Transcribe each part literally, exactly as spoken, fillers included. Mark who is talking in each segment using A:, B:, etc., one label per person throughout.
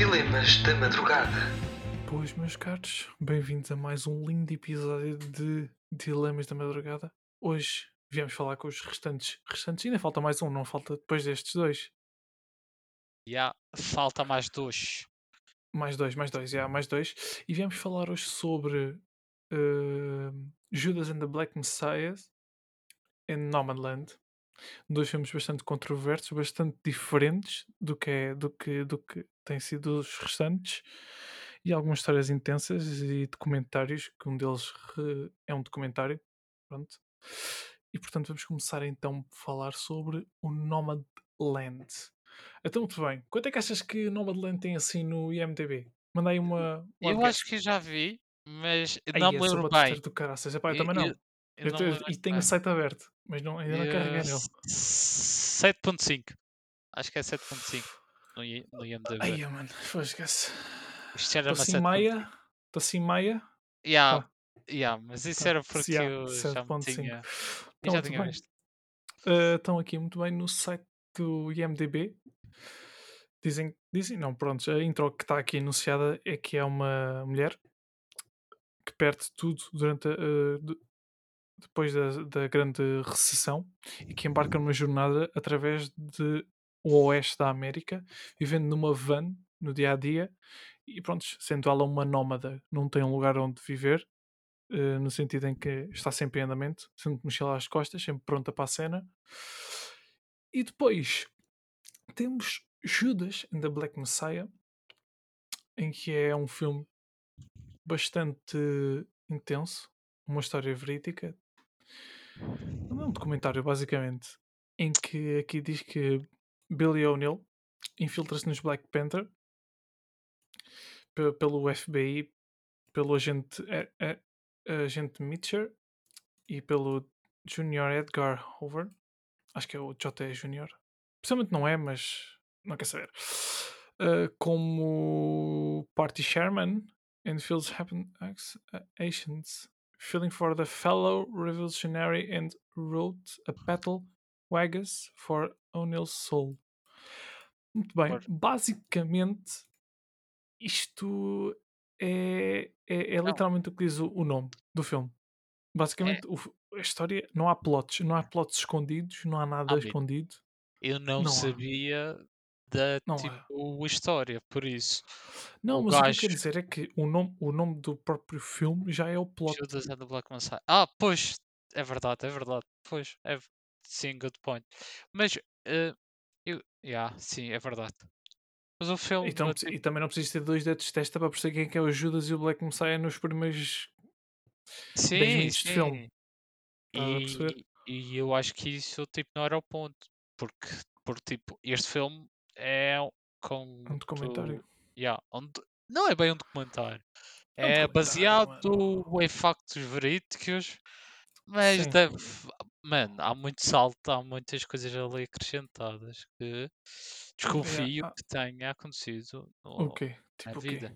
A: Dilemas da Madrugada.
B: Pois, meus caros, bem-vindos a mais um lindo episódio de Dilemas da Madrugada. Hoje viemos falar com os restantes. Restantes, ainda falta mais um, não falta depois destes dois.
C: Já falta mais dois.
B: Mais dois, mais dois, já, mais dois. E viemos falar hoje sobre eh, Judas and the Black Messiah e Nomadland. Dois filmes bastante controversos, bastante diferentes do que, é, do que, do que têm sido os restantes. E algumas histórias intensas e documentários, que um deles re- é um documentário. Pronto. E portanto vamos começar então a falar sobre o Nomadland. Então, muito bem. Quanto é que achas que o Nomadland tem assim no I M D B? Manda aí uma
C: Eu acho
B: webcast.
C: que eu já vi, mas não
B: Aí,
C: me
B: é só
C: lembro
B: para
C: bem.
B: ter do caraças. Epá, eu
C: Eu,
B: também
C: eu,
B: não.
C: eu
B: Eu
C: não
B: te-
C: me lembro
B: e tenho o
C: bem.
B: site aberto, mas não, ainda não
C: Eu,
B: carreguei nele.
C: sete ponto cinco. Acho que é sete ponto cinco no, I- no IMDb.
B: Ai, mano, foi, esquece.
C: Isto
B: Estou
C: era uma
B: assim
C: sete ponto
B: Maia.
C: cinco.
B: Estou assim Maia.
C: Yeah,
B: Tá,
C: yeah, mas isso
B: tá.
C: era
B: Se
C: porque
B: há
C: eu já
B: sete
C: me
B: ponto cinco.
C: tinha. Eu
B: Então,
C: já
B: muito
C: tinha
B: bem.
C: visto.
B: Ah, estão aqui muito bem no site do I M D B. Dizem, dizem, não, pronto, a intro que está aqui anunciada é que é uma mulher que perde tudo durante a, ah, de- depois da, da grande recessão e que embarca numa jornada através de o oeste da América, vivendo numa van no dia a dia e pronto, sendo ela uma nómada, não tem um lugar onde viver, eh, no sentido em que está sempre em andamento, sempre de mochila às costas, sempre pronta para a cena. E depois temos Judas and the Black Messiah, em que é um filme bastante intenso, uma história verídica. Não é um documentário, basicamente, em que aqui diz que Billy O'Neill infiltra-se nos Black Panther pe- pelo F B I, pelo agente, a- a- agente Mitchell e pelo Junior Edgar Hoover. Acho que é o J E Junior. Principalmente não é, mas não quer saber. Uh, como Party Chairman and feels happen actions, feeling for the fellow revolutionary and wrote a battle wagas for O'Neill's soul. Muito bem,
C: Por-
B: basicamente isto é, é, é
C: Não,
B: literalmente o que diz o, o nome do filme.
C: é.
B: Basicamente, o f- a história não há plots, não há plots escondidos, não há nada
C: Amigo,
B: escondido.
C: eu não
B: Não há,
C: sabia da
B: não há.
C: tipo história, por isso
B: Não,
C: o
B: mas o que eu quero
C: gajo.
B: dizer é que o nome, o nome do próprio filme já é o plot.
C: Judas and the Black Messiah. Ah, pois, é verdade, é verdade. Pois, é, v- sim, good point. Mas, eh, eu, yeah, sim, é verdade. Mas o
B: Então,
C: filme,
B: e
C: tipo,
B: também não precisas ter dois dedos de testa para perceber quem é que é o Judas e o Black Messiah nos primeiros dez
C: sim,
B: minutos de filme.
C: sim.
B: Estás a perceber?
C: E, e eu acho que isso, tipo, não era o ponto. Porque, porque tipo, este filme é
B: É um
C: com
B: documentário.
C: tu, yeah, onde, não é bem um documentário.
B: É um
C: É
B: documentário,
C: baseado
B: mano.
C: em factos verídicos. Mas
B: Sim.
C: deve. Mano, há muito salto, há muitas coisas ali acrescentadas que
B: Yeah.
C: desconfio
B: Ah,
C: que tenha acontecido
B: o
C: no-
B: quê?
C: na
B: Tipo o quê?
C: vida.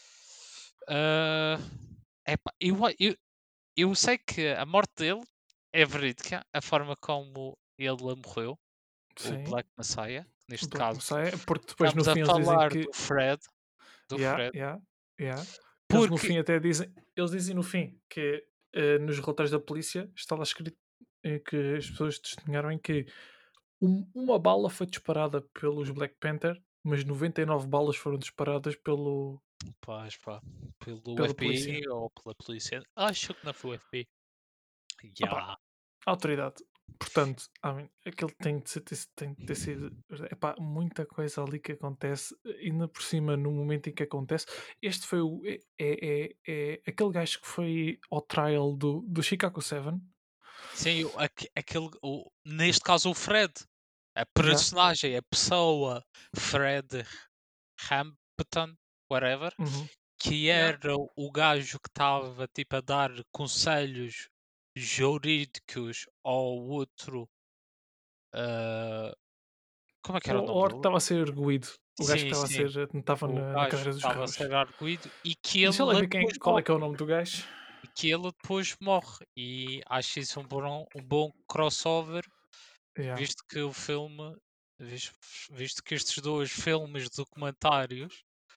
C: Ah, epá, eu, a- eu, eu sei que a morte dele é verídica, a forma como ele morreu, o
B: Sim.
C: Black Messiah,
B: O
C: neste
B: Black
C: caso.
B: Messiah. Porque depois no
C: Estamos a
B: fim eles dizem
C: falar do
B: que.
C: Fred, do
B: Yeah,
C: Fred,
B: yeah, yeah. Eles no
C: porque,
B: fim até dizem. Eles dizem no fim que eh, nos relatórios da polícia está lá escrito eh, que as pessoas testemunharam em que um- uma bala foi disparada pelos Black Panther, mas noventa e nove balas foram disparadas pelo,
C: pá, pá, pelo
B: pela polícia.
C: F B I ou pela polícia, acho que não foi o F B I.
B: Opa,
C: Yeah.
B: autoridade. Portanto, I mean, aquele tem de, ser, tem de ter sido. Epá, muita coisa ali que acontece, ainda por cima, no momento em que acontece. Este foi o. É, é, é, é aquele gajo que foi ao trial do, do Chicago Seven.
C: Sim, o- aque- aquele, o, neste caso o Fred, a
B: Já.
C: personagem, a pessoa, Fred Hampton, whatever,
B: Uhum.
C: que
B: Yeah.
C: era o o gajo que estava tipo a dar conselhos jurídicos ao outro, ah, como é que
B: O
C: era o nome
B: Or
C: dele?
B: estava a ser erguido. O gajo que
C: Sim,
B: estava a
C: sim,
B: ser. Estava
C: o
B: na, na
C: gajo
B: cadeira
C: que
B: dos
C: estava a
B: réus.
C: ser arguido e que
B: Deixa lá
C: ele
B: ver
C: depois
B: quem, qual é
C: morre.
B: que é o nome do gajo.
C: E que ele depois morre. E acho isso um bom, um bom crossover.
B: Yeah.
C: Visto que o filme, visto, visto que estes dois filmes documentários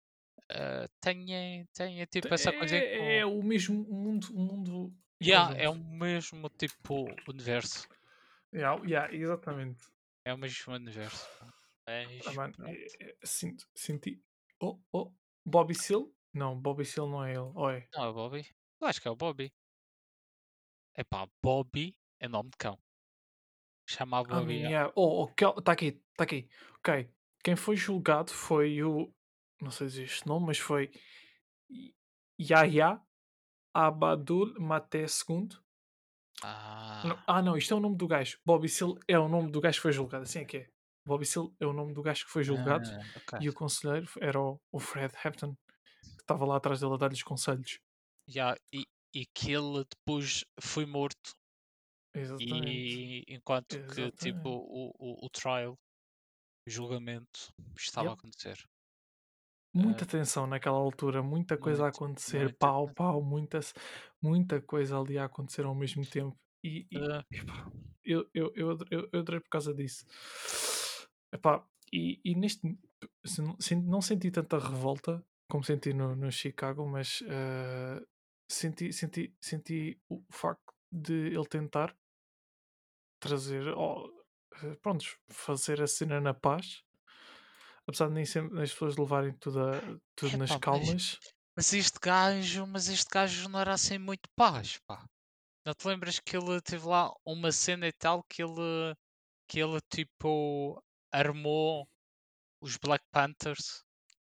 C: ah, têm, têm
B: Te-
C: tipo essa coisa em
B: É,
C: comum.
B: é o mesmo mundo, um mundo em
C: Yeah, é
B: conjunto.
C: o mesmo tipo universo.
B: Yeah, yeah, exatamente.
C: É o mesmo universo. Pá.
B: Ah,
C: Mas
B: mano,
C: pronto.
B: é- é- sinto, senti. Oh, oh, Bobby Seale? Não, Bobby Seale não é ele. Oh, é.
C: Não é o Bobby? Eu acho que é o Bobby. Epá, Bobby é nome de cão. Chama a
B: I
C: Bobby.
B: mean,
C: Yeah.
B: yeah. Oh, oh, tá aqui, tá aqui. Ok. Quem foi julgado foi o. Não sei dizer este nome, mas foi Y- Yahya Abdul Maté segundo. Não,
C: Ah,
B: ah, não, isto é o nome do gajo. Bobby Seale é o nome do gajo que foi julgado. Assim é que é. Bobby Seale é o nome do gajo que foi julgado
C: ah, ok.
B: e o conselheiro era o, o Fred Hampton, que estava lá atrás dele a dar-lhes conselhos.
C: Yeah, e, e que ele depois foi morto.
B: Exatamente.
C: E enquanto que tipo
B: Exatamente.
C: o, o, o trial, o julgamento, estava a
B: Yep.
C: acontecer. Ah,
B: Muita tensão naquela altura, muita coisa a
C: muito,
B: acontecer,
C: muito.
B: pau, pau, muita, muita coisa ali a acontecer ao mesmo tempo. E, e,
C: Ah,
B: epá, eu, eu, eu, adorei- eu, eu adorei por causa disso. Epá, e, e neste se não, sen- não senti tanta revolta como senti no, no Chicago, mas eh, senti, senti, senti o facto de ele tentar trazer, oh, eh, prontos, fazer a cena na paz, apesar de nem sempre as pessoas levarem tudo, a- tudo nas
C: epá, mas,
B: calmas.
C: mas este gajo, mas este gajo não era assim muito paz, pá. Não te lembras que ele teve lá uma cena e tal que ele, que ele tipo armou os Black Panthers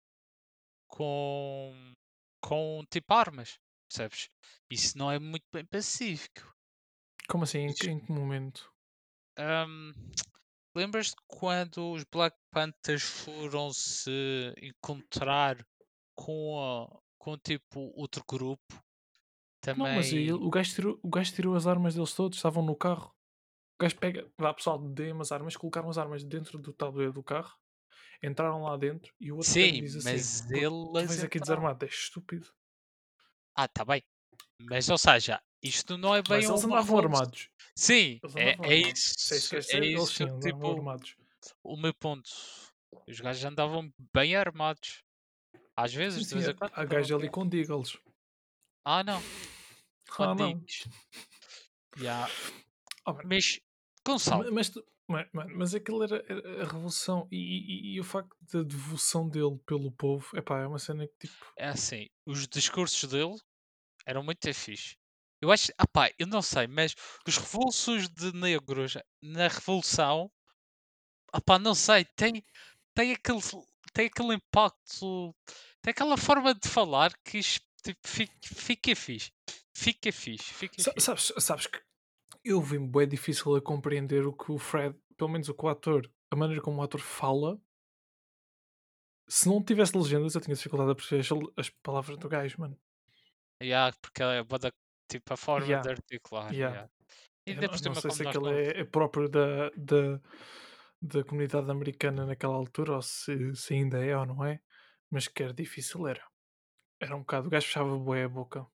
C: com, com tipo armas, percebes? Isso não é muito bem pacífico.
B: Como assim? Em, que
C: Isso-
B: em que momento?
C: Ahm, lembras-te quando os Black Panthers foram se encontrar com, a- com tipo outro grupo?
B: Não, mas aí
C: Também.
B: o gajo tirou, o gajo tirou as armas deles todos, estavam no carro. O gajo pega, vá pessoal, dê-me as armas, colocaram as armas dentro do tabuleiro do carro, entraram lá dentro e o outro pega e
C: Sim,
B: diz assim:
C: mas
B: "Por- Tu
C: eles
B: vens aqui
C: entraram.
B: desarmado, és estúpido."
C: Ah, tá bem. Mas, ou seja, isto não é bem
B: Mas eles
C: uma
B: andavam
C: revolução.
B: armados.
C: Sim,
B: Eles
C: é,
B: andavam
C: é
B: armados. Se é isso que
C: isso.
B: queres
C: É
B: dizer, eles
C: isso
B: sim
C: que,
B: andavam
C: tipo,
B: armados.
C: o meu ponto. Os gajos andavam bem armados. Às
B: Sim,
C: vezes, de
B: sim,
C: vez em
B: há
C: quando,
B: há
C: andavam
B: gajo ali
C: bem.
B: com deagles.
C: Ah, não.
B: Ah,
C: Com
B: não.
C: dicas. Yeah.
B: Oh, mano,
C: Mas,
B: ma-
C: Gonçalo,
B: mas, tu- ma- mano, mas aquilo era, era a revolução e, e- e o facto da devoção dele pelo povo, epá, é uma cena que tipo.
C: é assim. Os discursos dele eram muito fixe. Eu acho. Ah, pá, eu não sei, mas os revoluços de negros na Revolução. Ah, pá, não sei. Tem, tem aquele, tem aquele impacto, tem aquela forma de falar que isto, tipo, fica, fica fixe. Fica fixe, fica
B: Sa-
C: fixe.
B: Sabes, sabes que eu vi-me bem difícil a compreender o que o Fred, pelo menos o que o ator, a maneira como o ator fala. Se não tivesse legendas, eu tinha dificuldade a perceber as, as palavras do gajo, mano.
C: Yeah, porque é bué da- tipo a forma de
B: Yeah,
C: articular.
B: yeah.
C: Yeah. E
B: Eu
C: ainda
B: não,
C: por
B: não
C: cima,
B: sei
C: como
B: se
C: nós
B: aquele
C: não.
B: é, é próprio da, da, da comunidade americana naquela altura, ou se, se ainda é ou não é, mas que era difícil, era. Era um bocado, o gajo fechava bué a boca.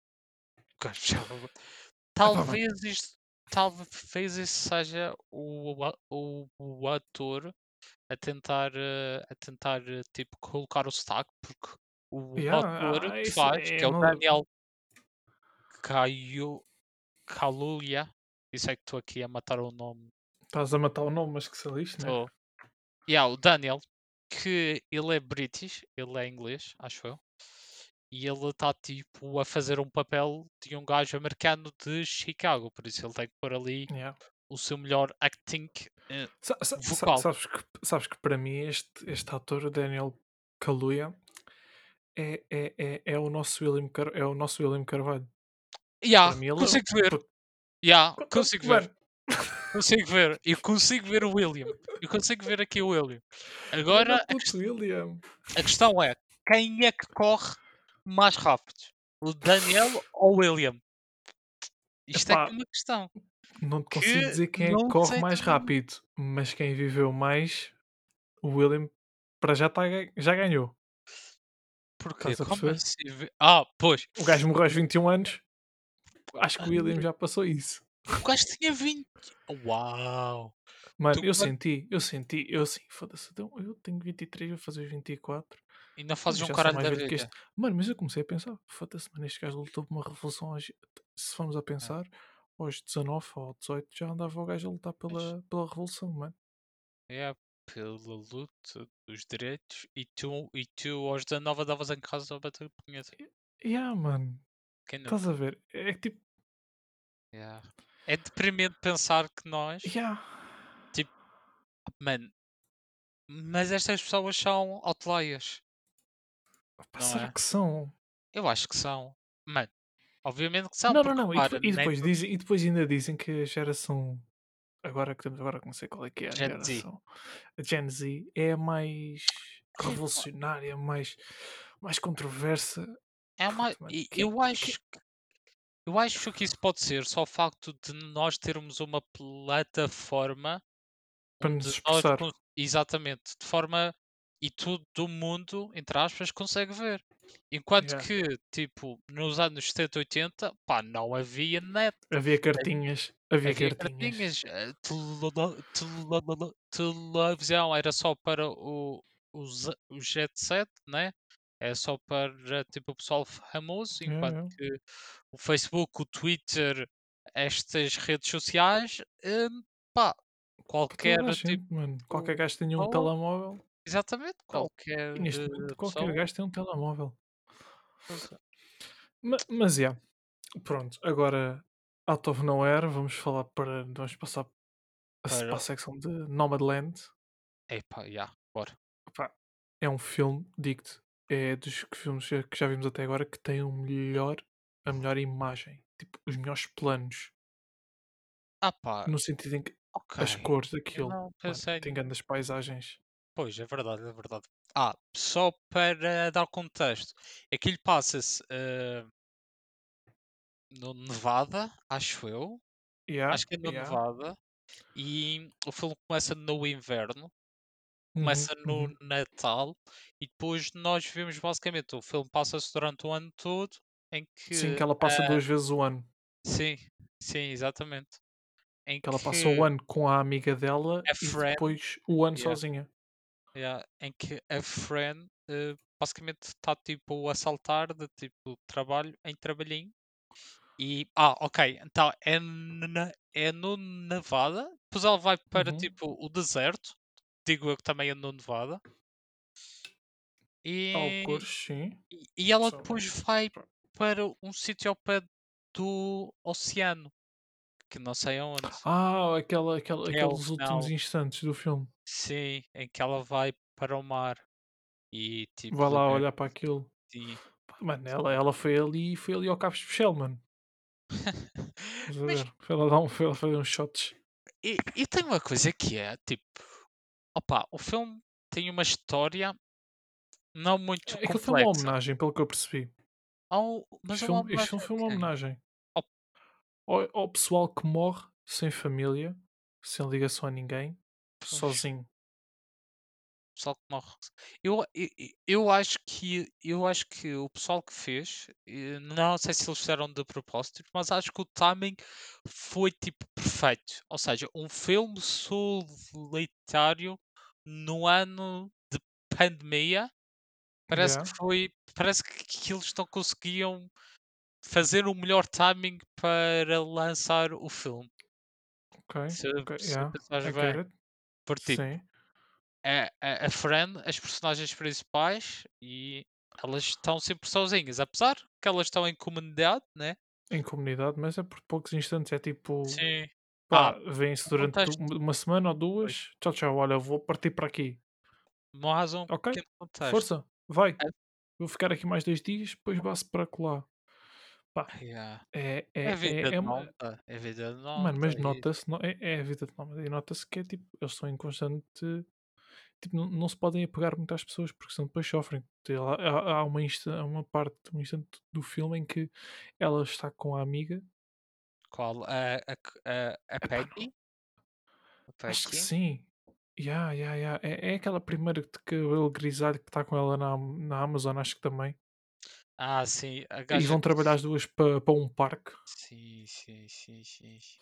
B: Epá, mano,
C: Talvez isto, talvez isso seja o, a- o, o ator a tentar, eh, a tentar eh, tipo, colocar o sotaque, porque o
B: yeah,
C: ator
B: ah,
C: que
B: isso
C: faz,
B: é,
C: que é o
B: não,
C: Daniel Kayu, Kaluuya, isso é que estou aqui a matar o nome.
B: estás a matar o nome, mas que se lixe, né?
C: Estou. Yeah, o Daniel, que ele é British, ele é inglês, acho eu. E ele está tipo a fazer um papel de um gajo americano de Chicago, por isso ele tem que pôr ali
B: Yeah.
C: o seu melhor acting eh,
B: Sa- sa- sa-
C: vocal.
B: sabes, que, sabes que para mim este, este ator, o Daniel Kaluuya, é, é, é, é o nosso William Car é o nosso William Carvalho.
C: Yeah,
B: Para mim ele é o.
C: consigo ver.
B: Puto,
C: Yeah,
B: co- co-
C: consigo ver.
B: mano,
C: Consigo ver. Eu consigo ver o William. Eu consigo ver aqui o William.
B: ganda
C: Agora, a,
B: puto
C: ques-
B: William.
C: a questão é: quem é que corre mais rápido? O Daniel ou o William? Isto é
B: Epá,
C: que é uma questão
B: não te consigo
C: que
B: dizer quem é que
C: não
B: corre
C: sei
B: mais
C: também.
B: rápido, mas quem viveu mais, o William, para já, tá, a gan- já ganhou.
C: Porquê?
B: Estás a
C: Como
B: perceber?
C: assim? ve- Ah, pois.
B: O gajo morreu aos vinte e um anos, acho que o William
C: Ah,
B: já passou isso.
C: o gajo tinha vinte. Uau!
B: Mano,
C: Tu
B: eu
C: quando.
B: senti, eu senti, eu sim, foda-se, então eu tenho vinte e três, vou fazer vinte e quatro.
C: E não
B: Mano,
C: fazes
B: eu
C: um
B: já sou
C: caralho
B: mais
C: da
B: velho que
C: vida.
B: este. Mano, mas eu comecei a pensar, foda-se, mano, este gajo lutou por uma revolução. aos- Se formos a
C: É,
B: pensar, aos dezanove ou dezoito já andava o gajo a lutar
C: mas,
B: pela, pela revolução, mano.
C: é pela luta dos direitos e tu, e tu aos dezanove andavas em casa a bater punheta.
B: E yeah, mano,
C: Quem
B: estás
C: nunca?
B: a ver? É que tipo,
C: Yeah. É deprimente pensar que nós,
B: yeah.
C: tipo, mano, mas estas pessoas são outliers,
B: Pá,
C: não
B: será
C: é?
B: que são?
C: Eu acho que são. Mano, obviamente que são,
B: Não, não,
C: porque
B: não. E,
C: repara,
B: depois, e
C: nem
B: depois
C: todo
B: dizem, e depois ainda dizem que a geração. Agora que temos agora que não sei qual é que é a
C: Gen Z.
B: geração. A Gen Z é a mais
C: É, pá,
B: revolucionária, mais, mais controversa.
C: é uma,
B: Puto, mano.
C: e
B: Que,
C: eu acho
B: que,
C: Eu acho que isso pode ser só o facto de nós termos uma plataforma
B: para nos
C: onde nós
B: expressar.
C: cons exatamente, de forma e todo o mundo, entre aspas, consegue ver. Enquanto
B: Yeah.
C: que, tipo, nos anos setenta, oitenta, pá, não havia net,
B: Havia
C: havia
B: cartinhas. Havia
C: havia
B: cartinhas.
C: cartinhas, eh, telelo telelo televisão era só para o o ze o jet set, né, é só para, tipo, o pessoal famoso,
B: Yeah,
C: enquanto
B: yeah.
C: que o Facebook, o Twitter, estas redes sociais, hum, pá,
B: Para
C: qualquer
B: toda a gente, mano. Qualquer
C: tipo
B: gajo tenha um
C: pessoa
B: telemóvel.
C: exatamente,
B: Qual- E
C: qualquer,
B: neste
C: eh,
B: momento, qualquer
C: pessoa
B: gajo tem um telemóvel.
C: usa
B: Ma- Mas, yeah. Pronto. Agora, out of nowhere, vamos falar para. Vamos passar a se- para
C: para
B: a secção de Nomadland.
C: epá, yeah, bora.
B: Pá, é um filme, digo-te, é dos que filmes que já vimos até agora que tem o melhor, a melhor imagem. Tipo, os melhores planos.
C: Ah pá,
B: No sentido em que
C: ok,
B: as cores
C: eu
B: daquilo,
C: não
B: mano,
C: pensei
B: tem grandes paisagens.
C: pois, é verdade, é verdade. Ah, só para dar contexto, aquilo passa-se, eh, no Nevada, acho eu,
B: Yeah,
C: acho que é no
B: yeah.
C: Nevada, e o filme começa no inverno,
B: Uhum,
C: começa no
B: uhum.
C: Natal, e depois nós vemos basicamente, o filme passa-se durante o ano todo, em
B: Sim,
C: que,
B: que ela passa
C: ah,
B: duas vezes o ano.
C: sim, sim, exatamente, em
B: Que ela passa o
C: que
B: ano com a amiga dela
C: a
B: e
C: friend
B: depois o ano
C: yeah,
B: sozinha.
C: yeah, em que a friend, eh, basicamente está tipo a saltar de tipo trabalho em trabalhinho. E, ah, ok, então é, na, é no Nevada, depois ela vai para
B: Uhum.
C: tipo o deserto, digo eu que também é no Nevada, e,
B: Algures, sim.
C: e e ela
B: Só
C: depois
B: não.
C: vai para um sítio ao pé do oceano, que não sei aonde,
B: Ah, aquela, aquela,
C: que é o
B: aqueles últimos
C: final,
B: instantes do filme.
C: sim, em que ela vai para o mar e
B: Vai
C: tipo
B: lá olhar para
C: liberta-se,
B: aquilo.
C: sim.
B: Pá, mano, ela, ela foi ali foi ali ao Cabo Especial, mano. Estás a
C: Mas
B: ver? Foi lá dar um, foi lá fazer uns shots.
C: e, e tem uma coisa que é, tipo, opa, o filme tem uma história não muito
B: É, aquilo foi uma
C: complexa.
B: homenagem, pelo que eu percebi.
C: Ao mas
B: Este
C: é uma
B: filme, este
C: homenagem
B: filme
C: a
B: foi uma
C: quem?
B: homenagem
C: Ao
B: ao, ao pessoal que morre sem família, sem ligação a ninguém,
C: pois,
B: sozinho.
C: pessoal que morre. Eu e e eu acho que eu acho que o pessoal que fez, eh, não sei se eles fizeram de propósito, mas acho que o timing foi, tipo, perfeito. Ou seja, um filme solitário no ano de pandemia, parece que
B: Yeah,
C: foi parece que que eles não conseguiam fazer o melhor timing para lançar o filme,
B: ok,
C: se
B: ok,
C: se
B: yeah,
C: pensares
B: I get
C: bem.
B: it.
C: Porque, tipo,
B: Sim,
C: a a a Fran, as personagens principais, e elas estão sempre sozinhas, apesar que elas estão em comunidade, né.
B: em comunidade, mas é por poucos instantes, é tipo,
C: Sim. Ah,
B: pá, vêm-se
C: o
B: durante
C: contexto
B: uma uma semana ou
C: pois,
B: duas, tchau, tchau, olha, vou partir para aqui.
C: mas há um
B: Ok,
C: pequeno contexto.
B: força, vai,
C: É
B: vou ficar aqui mais dois dias, depois passo para colar. Pá,
C: yeah.
B: é,
C: É a
B: é,
C: vida
B: é, é
C: de
B: uma.
C: nómada, é a vida de
B: Mano,
C: nómada
B: mas
C: e
B: nota-se, no- é, é a vida de nómada, e nota-se que é tipo, eles estão em constante. Tipo, não, não se podem apegar muito às pessoas porque senão depois sofrem. Tem lá- Há, há uma, insta, há uma parte, um instante do filme em que ela está com a amiga.
C: qual? A a c a a
B: Epá, não,
C: Patty? A
B: acho que
C: Patty?
B: sim. Yeah, yeah, yeah. É, é aquela primeira de cabelo grisalho que está com ela na, Am- na Amazon, acho que também.
C: Ah, sim, a
B: E
C: gaja
B: vão
C: que
B: trabalhar as duas para um parque.
C: sim, sim, sim, sim, sim.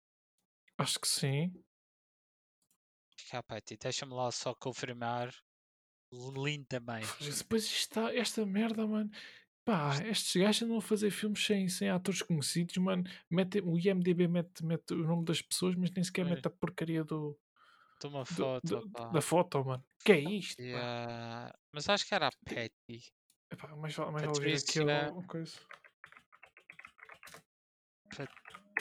B: Acho que sim.
C: Acho que é a Patty, deixa-me lá só confirmar. linda, mãe.
B: Depois isto está, esta merda, mano. Pá, estes gajos andam a fazer filmes sem, sem atores conhecidos, mano. Mete, o IMDB mete, mete o nome das pessoas, mas nem sequer
C: Olha,
B: mete a porcaria do,
C: de uma
B: do-
C: foto,
B: do-
C: pá.
B: da foto, mano. Que é isto, pá?
C: Yeah. Mas acho que era a
B: Ti-
C: Patty.
B: Epá, mais, vale- mais vale vir aqui
C: Patricia.
B: ao coisa.
C: Pat-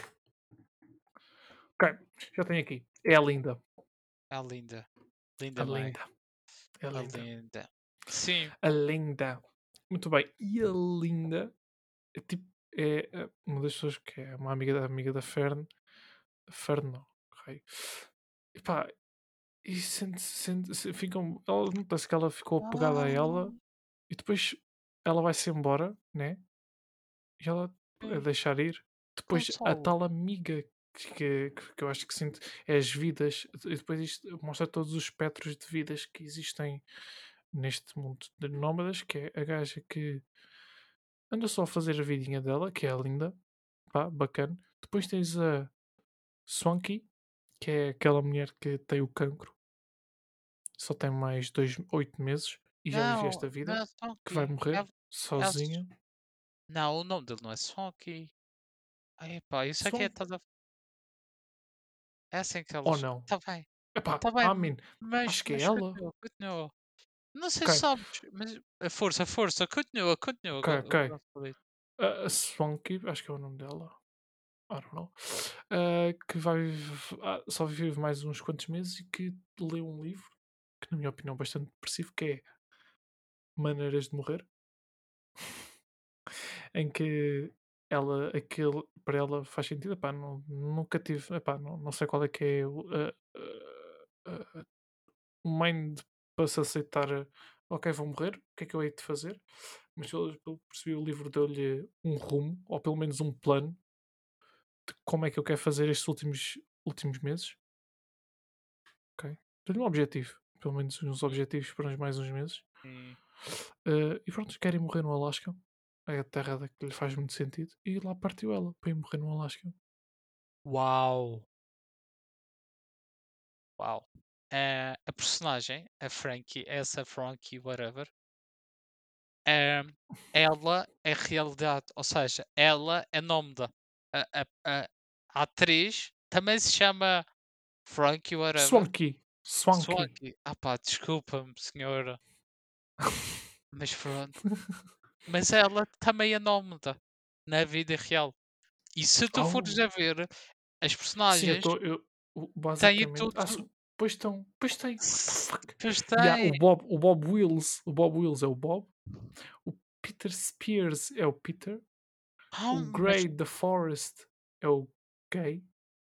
B: Ok, já tenho aqui. É a linda.
C: A linda.
B: A
C: Linda, mãe.
B: linda. É a
C: A
B: linda.
C: linda. Sim.
B: A linda. Muito bem. E a linda é tipo. É eh, uma das pessoas que é uma amiga da amiga da Fern. Fern, não. Raio. Epá, e sente, sente, se- ficam. Ela nota-se que ela ficou apegada a ela
C: Ah,
B: e depois ela vai-se embora, né? E ela a
C: sim.
B: deixar ir. Depois a
C: Console.
B: tal amiga que, que, que eu acho que sinto é as vidas. E depois isto mostra todos os espectros de vidas que existem neste mundo de nómadas, que é a gaja que anda só a fazer a vidinha dela, que é a linda, pá, bacana. Depois tens a Swanky, que é aquela mulher que tem o cancro, só tem mais dois, oito meses e já vive
C: Não,
B: esta
C: não
B: vida,
C: é
B: que vai
C: Sonky. É,
B: morrer
C: é, S-
B: sozinha.
C: não, o nome dele não é Sonky. Ai, pá, isso aqui é
B: Swan
C: toda. É assim que
B: ou
C: eles.
B: não?
C: Tá bem,
B: Epá,
C: tá bem,
B: I
C: m-
B: mean,
C: mas,
B: acho que é
C: mas
B: ela.
C: continua, continua. Não sei
B: Ok,
C: se sabes, mas a força, a força, continua, continua.
B: ok,
C: go-
B: ok.
C: go- go-
B: A, a Swanky, acho que é o nome dela. I don't know. Ah, que vai vive- ah, só vive mais uns quantos meses e que leu um livro que, na minha opinião, é bastante depressivo, que é Maneiras de Morrer, em que ela, aquilo para ela faz sentido. Epá, não, nunca tive, epá, não, não sei qual é que é o, a- a- a- o mind para se aceitar, eh, ok, vou morrer, o que é que eu hei de fazer? Mas pelo pelo que percebi, o livro deu-lhe um rumo, ou pelo menos um plano, de como é que eu quero fazer estes últimos, últimos meses, ok? Deu-lhe um objetivo, pelo menos uns objetivos para uns mais uns meses.
C: Sim.
B: Eh, e pronto, querem morrer no Alasca. É a terra da que lhe faz muito sentido. E lá partiu ela para ir morrer no Alasca.
C: Uau, uau. Eh, a personagem, a Frankie, essa Frankie, whatever, eh, ela é realidade, ou seja, ela é nome da. A, a, a, a atriz também se chama Frankie, whatever.
B: Swanky. Swanky.
C: Swanky. Ah pá, desculpa-me, senhora, mas pronto. Mas ela também é nómada na vida real. E se tu fores
B: Oh,
C: a ver, as
B: sim, eu
C: personagens
B: estou. Eu, o-
C: têm
B: basicamente. Ah,
C: tudo.
B: são- pois estão. Pois tem. What the
C: s-
B: fuck?
C: Pois
B: Yeah,
C: tem.
B: o Bob, o Bob Wills. O Bob Wills é o Bob. O Peter Spears é o Peter.
C: Ah,
B: O
C: mas.
B: Gray the Forest é o Gay.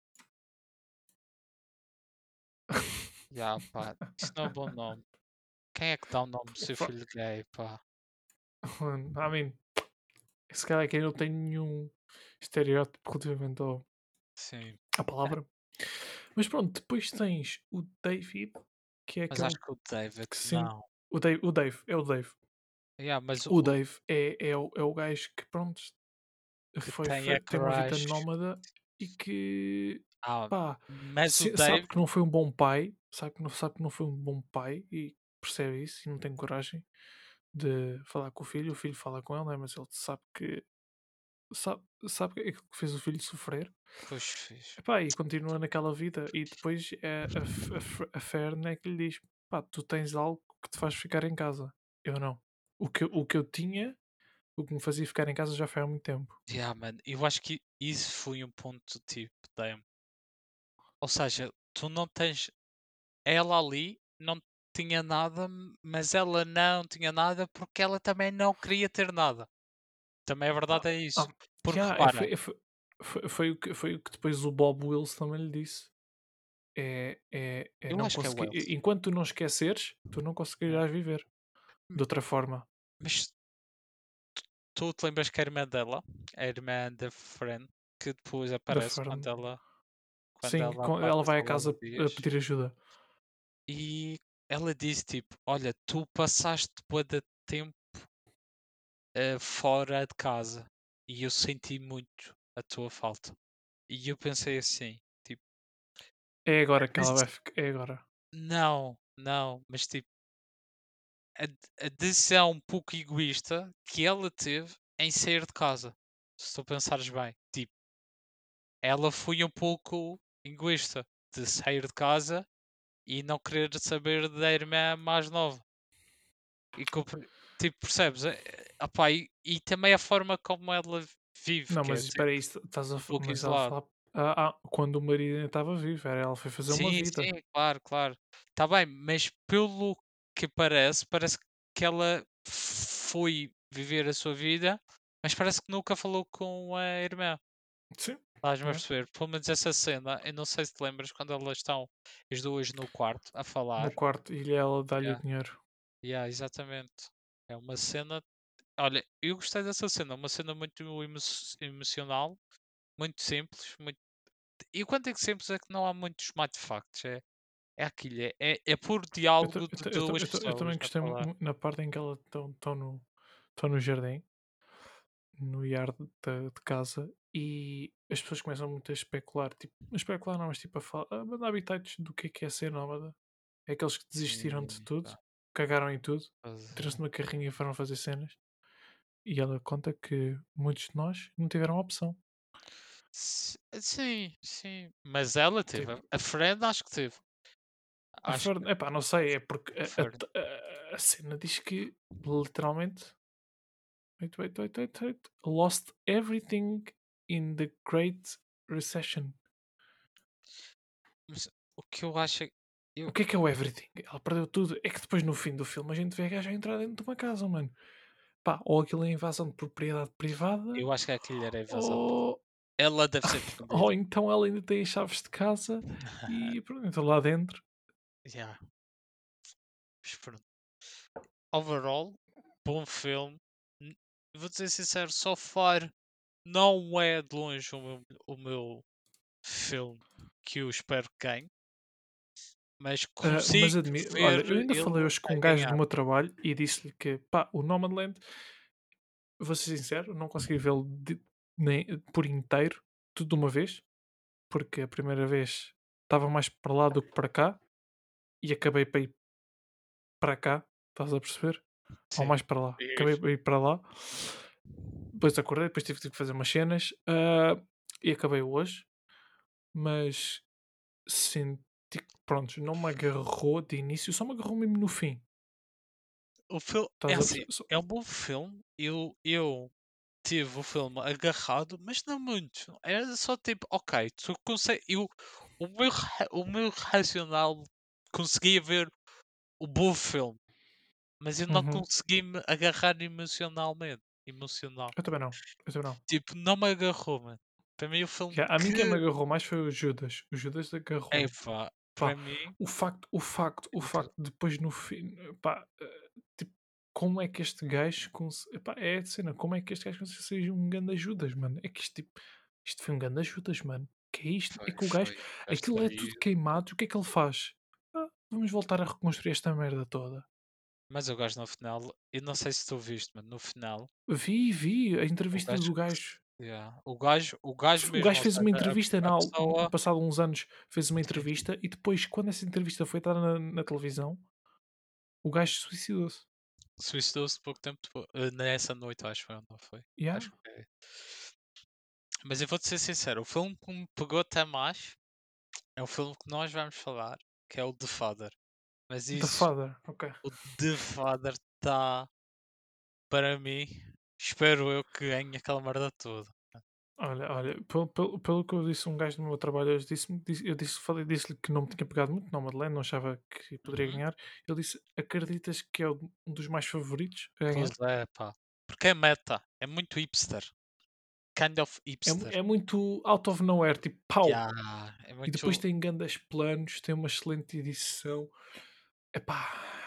C: Já, pá, isso não é um bom nome. Quem é que dá o nome do seu filho gay, pá?
B: I mean, esse cara aqui não tem nenhum estereótipo relativamente ao,
C: Sim.
B: à
C: É,
B: palavra. Mas pronto, depois tens o David, que é
C: mas
B: aquele
C: acho que o David
B: que sim.
C: não.
B: O Dave, o Dave, é o Dave.
C: Yeah, mas o,
B: O
C: o
B: Dave é, é, o, é o gajo que, pronto,
C: que
B: foi,
C: tem a
B: foi- tem uma vida
C: crush.
B: nómada e que,
C: Ah,
B: pá,
C: mas o
B: se-
C: Dave.
B: sabe que não foi um bom pai, sabe que não, sabe que não foi um bom pai e percebe isso e não tem coragem de falar com o filho. O filho fala com ele, né? Mas ele sabe que sabe, sabe que é aquilo que fez o filho sofrer.
C: Pois fiz.
B: Epá, e continua naquela vida. E depois é a, F- a, F- a Fern é que lhe diz: pá, tu tens algo que te faz ficar em casa. Eu não. O que, eu- o que eu tinha, o que me fazia ficar em casa já foi há muito tempo.
C: Yeah, mano, eu acho que isso foi um ponto tipo, damn. Ou seja, tu não tens. Ela ali não tinha nada, m- mas ela não tinha nada porque ela também não queria ter nada. Também a
B: Ah,
C: verdade é
B: ah,
C: isso. Porque
B: yeah, é,
C: repara,
B: foi, é, foi, foi, foi o que, foi o que depois o Bob Wills também lhe disse. É, é, é
C: eu
B: não
C: acho que é
B: conseguir.
C: Wells.
B: Enquanto tu não esqueceres, tu não
C: Yeah.
B: conseguirás viver
C: M-
B: de outra forma.
C: Mas tu te lembras que a irmã dela, a irmã da Fran, que depois
B: Da
C: aparece quando
B: Fern.
C: ela, quando
B: Sim,
C: ela
B: com- ela vai
C: passa
B: a
C: lá uns
B: casa a
C: dias,
B: pedir ajuda.
C: e ela disse tipo, olha, tu passaste bué de tempo eh, fora de casa e eu senti muito a tua falta. E eu pensei assim, tipo,
B: É agora que ela
C: mas
B: vai ficar. É agora.
C: não, não, mas tipo, a, a decisão um pouco egoísta que ela teve em sair de casa. Se tu pensares bem, tipo, ela foi um pouco egoísta de sair de casa e não querer saber da irmã mais nova. E compre- tipo, percebes? É, é, opá, e, e também a forma como ela vive,
B: Não,
C: que é
B: mas
C: tipo,
B: espera aí, est- estás a,
C: um
B: fa-
C: pouco
B: mas ela
C: isolado.
B: fala ah, ah, quando o marido ainda estava vivo, era ela foi fazer uma
C: Sim,
B: vida.
C: sim, claro, claro. Está bem, mas pelo que parece, parece que ela foi viver a sua vida, mas parece que nunca falou com a irmã.
B: Sim,
C: Estás-me a
B: yeah.
C: perceber? Pelo menos essa cena, eu não sei se te lembras quando elas estão as duas no quarto a
B: No
C: falar.
B: quarto e ela dá-lhe o
C: Yeah,
B: dinheiro.
C: yeah, exatamente. É uma cena. Olha, eu gostei dessa cena, uma cena muito emo- emocional, muito simples, muito... E o quanto é que simples é que não há muitos mindfucks, é, é aquilo, é, é, é puro
B: Eu, ta-
C: diálogo
B: eu,
C: de
B: ta- eu, ta-
C: duas
B: eu, ta- eu
C: pessoas
B: também
C: a
B: gostei mu-
C: falar.
B: mu- na parte em que elas estão no, estão no jardim, no yard da- de casa, e as pessoas começam muito a especular, tipo, a especular não, mas tipo a falar, a mandar habitats do que é que é ser nómada. É aqueles que desistiram de
C: Sim,
B: tudo,
C: pá,
B: cagaram em tudo,
C: pois
B: meteram-se
C: é.
B: numa carrinha e foram fazer cenas. E ela conta que muitos de nós não tiveram opção.
C: S- Sim, sim. Mas ela teve. A
B: Tipo,
C: a Fred acho que teve.
B: a
C: Acho
B: Fern,
C: que
B: epá, não sei, é porque
C: a
B: a,
C: Fred.
B: a- a- a cena diz que literalmente wait, wait, wait, wait, wait, lost everything in the Great Recession.
C: Mas o que eu acho é.
B: O
C: Eu,
B: que é que é o everything? Ela perdeu tudo. É que depois no fim do filme a gente vê a gaja entrar dentro de uma casa, mano. Pá, ou aquilo é invasão de propriedade privada,
C: eu acho que aquilo era invasão.
B: ou,
C: Ela deve ser
B: ou
C: defendida.
B: então ela ainda tem as chaves de casa e pronto, entrou lá dentro.
C: Yeah. Mas pronto. Overall, bom filme. N- Vou ser sincero, so far não é de longe o meu, o meu filme que eu espero que ganhe, mas
B: Ah, mas
C: consigo
B: admiro,
C: ver
B: olha, eu ainda falei
C: ele
B: hoje
C: a
B: com um gajo do
C: ganhar.
B: meu trabalho e disse-lhe que, pá, o Nomadland, vou ser sincero, não consegui vê-lo de- nem por inteiro, tudo de uma vez, porque a primeira vez estava mais para lá do que para cá e acabei para ir para cá, estás a perceber? Ou
C: Sim.
B: mais para lá,
C: E-
B: acabei para ir para lá, depois acordei, depois tive, tive que fazer umas cenas ah, e acabei hoje, mas senti que, pronto, não me agarrou de início, só me agarrou mesmo no fim,
C: O filme é
B: estás a
C: assim,
B: perceber? Só-
C: é um bom filme. Eu, eu tive o filme agarrado, mas não muito. Era só tipo, ok, tu consegue, eu, o meu, ra- o meu racional conseguia ver o bom filme, mas eu não
B: Uhum.
C: consegui me agarrar emocionalmente. Emocional.
B: Eu também não, eu também não.
C: Tipo, não me agarrou, mano. Para mim, o filme
B: Já, a mim quem me
C: que.
B: agarrou mais foi o Judas. O Judas agarrou-me.
C: Epá, para
B: Pá,
C: mim.
B: o facto, o facto, o facto de depois no fim, pá, eh, tipo, como é que este gajo cons... epá, é a cena, como é que este gajo conseguiu ser um grande Judas, mano? É que isto, tipo, isto foi um grande Judas, mano. Que é isto? É
C: Foi,
B: que o gajo,
C: foi. O gajo
B: aquilo é tudo
C: traído.
B: queimado, e o que é que ele faz? Ah, vamos voltar a reconstruir esta merda toda.
C: Mas o gajo no final, eu não sei se tu viste, mano, no final,
B: Vi, vi a
C: o
B: entrevista
C: gajo,
B: do gajo.
C: yeah, o gajo, o gajo
B: O
C: mesmo,
B: gajo
C: ou
B: fez uma
C: seja, a,
B: entrevista,
C: a
B: na, al-
C: pessoa
B: passado uns anos, fez uma
C: sim,
B: entrevista e depois, quando essa entrevista foi estar na, na televisão, o gajo suicidou-se.
C: suicidou-se pouco tempo depois, eh, nessa noite, acho que foi, não foi?
B: Yeah.
C: Acho que é. Mas eu vou-te ser sincero, o filme que me pegou até mais é o filme que nós vamos falar, que é o The Father. Mas
B: The
C: isso,
B: Father, ok.
C: o The Father está, para mim, espero eu que ganhe aquela merda toda.
B: Olha, olha, pelo, pelo, pelo que eu disse, um gajo do meu trabalho hoje disse-me, disse, eu disse, falei, disse-lhe que não me tinha pegado muito, não, Madeleine, não achava que poderia
C: Uhum.
B: ganhar. Ele disse: acreditas que é o- um dos mais favoritos a
C: Pois
B: ganhar?
C: é, pá. Porque é meta, é muito hipster. Kind of
B: É, mu-
C: hipster.
B: é muito out of nowhere, tipo pau!
C: Yeah, é
B: E depois
C: muito.
B: tem grandes planos, tem uma excelente edição. Epá.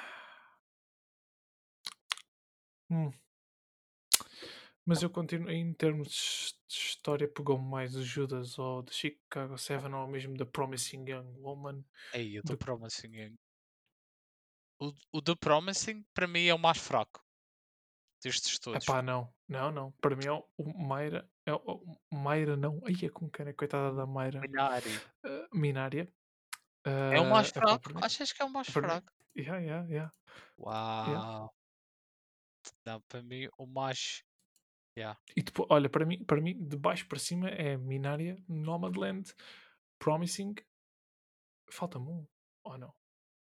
B: Hum. Mas eu continuo, em termos de his- de história, pegou-me mais o Judas ou de Chicago Seven ou mesmo da Promising Young Woman.
C: Aí, o The
B: Do...
C: Promising. é- O, o The Promising, para mim, é o mais fraco destes todos.
B: Epá, não, não, não. Para mim é o, o Mayra. É o, o Mayra, não. Ai, é com quem é? Coitada da Mayra.
C: Minari.
B: Uh, Minária.
C: É o mais
B: Ah, epá,
C: fraco?
B: para mim,
C: Achas que é o mais
B: para mim,
C: fraco?
B: yeah, yeah, yeah, yeah.
C: Uau! Não, para mim o mais yeah.
B: E depois, olha, para mim, para mim, de baixo para cima é Minaria, Nomadland, Promising. Falta-me um, ou não?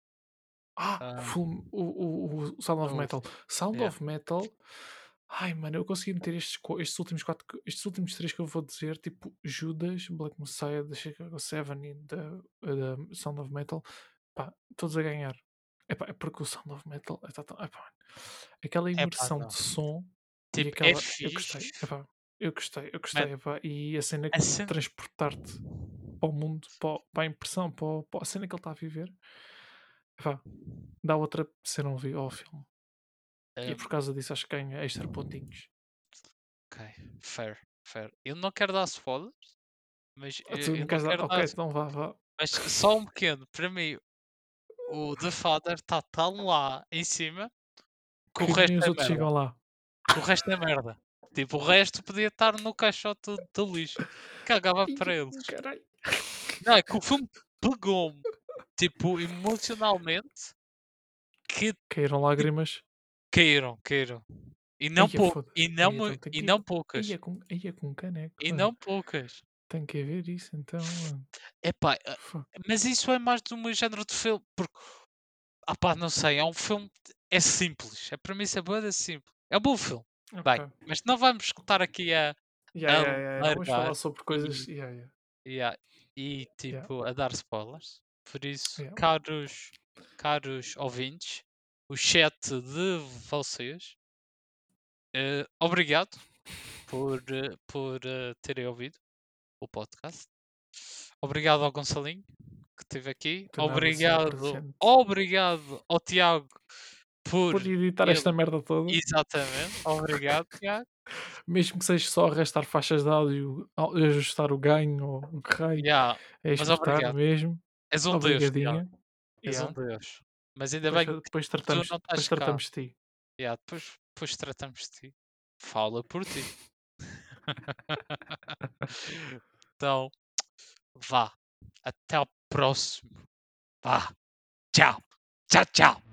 B: Ah,
C: Hã,
B: Full, o, o, o Sound of
C: o
B: Metal. Sound
C: yeah.
B: of Metal. Ai, mano, eu consegui meter estes, co- estes últimos quatro, que- estes últimos três que eu vou dizer, tipo Judas, Black Messiah, The Chicago Seven e da da Sound of Metal, pá, todos a ganhar. Epá, é porque o Sound of Metal, é tá tão- epá, mano, aquela
C: Epá,
B: imersão de
C: não.
B: som e
C: Tipo, é
B: aquela, eu
C: fixe,
B: gostei, epá, eu gostei, eu
C: mano,
B: gostei, epá, e a cena
C: a
B: de
C: cena
B: transportar-te para o mundo, para, o- para a impressão, para, o- para a cena que ele está a viver, epá, dá outra cena ao, vi- ao filme. E é por
C: hum,
B: causa disso acho que ganha extra pontinhos.
C: ok, fair, fair. Eu não quero dar spoilers, mas
B: Ah,
C: eu
B: tu
C: eu
B: não
C: não
B: queres dar?
C: quero
B: Ok,
C: dar
B: então vá, vá.
C: mas só um pequeno, para mim, o The Father está tão lá em cima que o
B: Que
C: resto
B: nem os
C: é
B: outros
C: merda,
B: chegam lá.
C: que o resto é merda. Tipo, o resto podia estar no caixote de lixo. Cagava para
B: Ia
C: eles.
B: com caralho.
C: Não, é que o filme pegou-me, tipo, emocionalmente, que
B: Caíram
C: tipo,
B: lágrimas.
C: caíram, caíram. E não
B: Aí
C: pou
B: foda-se.
C: e não
B: Aí
C: mui
B: então tem
C: e
B: que ir.
C: não
B: Aí
C: poucas,
B: é com, aí é com um caneco,
C: e
B: mano.
C: não poucas.
B: Tem que haver isso então, mano.
C: Epá, ah,
B: Fuck.
C: mas isso é mais do meu género de filme, porque, ah pá, não sei, é um filme é simples, a premissa é bué simples. É um bom filme, vai,
B: Ok.
C: mas não vamos estar aqui a
B: Yeah,
C: a
B: yeah, yeah. Não vamos
C: largar
B: falar sobre
C: e
B: coisas. Yeah, yeah.
C: e a e
B: Yeah,
C: tipo, a dar spoilers. Por isso,
B: yeah.
C: caros caros ouvintes, o chat de vocês, eh, obrigado por, eh, por, eh, terem ouvido o podcast. Obrigado ao Gonçalinho que esteve aqui.
B: De nada, sempre
C: Obrigado,
B: presente.
C: obrigado ao Tiago por
B: Por editar
C: ele.
B: esta merda toda.
C: Exatamente. Obrigado, Tiago.
B: Mesmo que seja só arrastar faixas de áudio, au- ajustar o ganho ou o que raio.
C: Yeah,
B: É
C: mas
B: espertar
C: obrigado.
B: mesmo.
C: És um Deus, Tiago.
B: Obrigadinha.
C: És um
B: Yeah.
C: Deus. Mas ainda
B: Depois,
C: bem que
B: depois,
C: tu
B: tratamos,
C: não
B: depois
C: estás cá.
B: tratamos de ti.
C: Yeah, depois, depois tratamos de ti. Fala por ti. Então, vá. Até ao próximo. Vá. Tchau. Tchau, tchau.